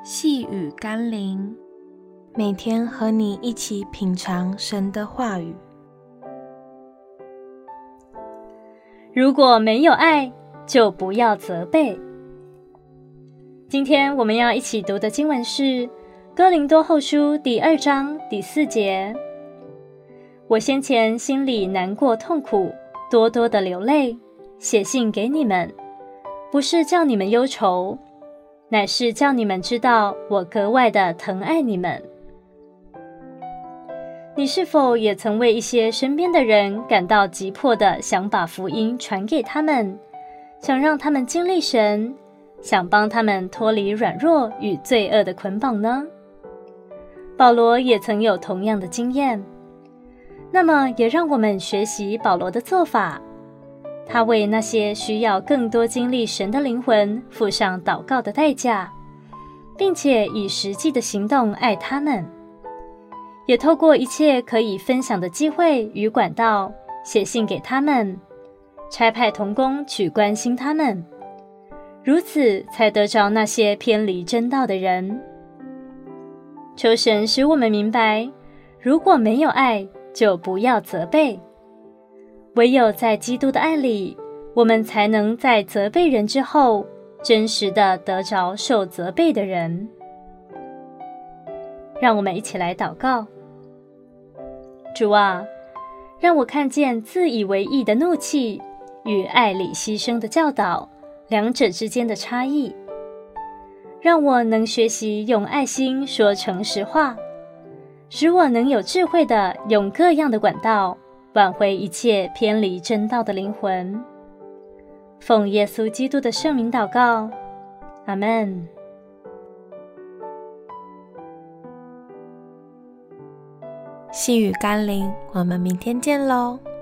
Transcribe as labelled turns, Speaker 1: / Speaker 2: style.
Speaker 1: 细雨甘霖，每天和你一起品尝神的话语。
Speaker 2: 如果没有爱，就不要责备。今天我们要一起读的经文是哥林多后书第2章第4节。我先前心里难过痛苦，多多的流泪，写信给你们，不是叫你们忧愁，乃是叫你们知道我格外的疼爱你们。你是否也曾为一些身边的人感到急迫的想把福音传给他们，想让他们经历神，想帮他们脱离软弱与罪恶的捆绑呢？保罗也曾有同样的经验。那么也让我们学习保罗的做法，他为那些需要更多经历神的灵魂付上祷告的代价，并且以实际的行动爱他们，也透过一切可以分享的机会与管道，写信给他们，差派同工去关心他们，如此才得着那些偏离真道的人。求神使我们明白，如果没有爱，就不要责备。唯有在基督的爱里，我们才能在责备人之后，真实的得着受责备的人。让我们一起来祷告。主啊，让我看见自以为义的怒气与爱里牺牲的教导，两者之间的差异。让我能学习用爱心说诚实话，使我能有智慧地用各样的管道挽回一切偏离真道的灵魂。奉耶稣基督的圣名祷告，阿们。
Speaker 1: 细雨甘霖，我们明天见喽。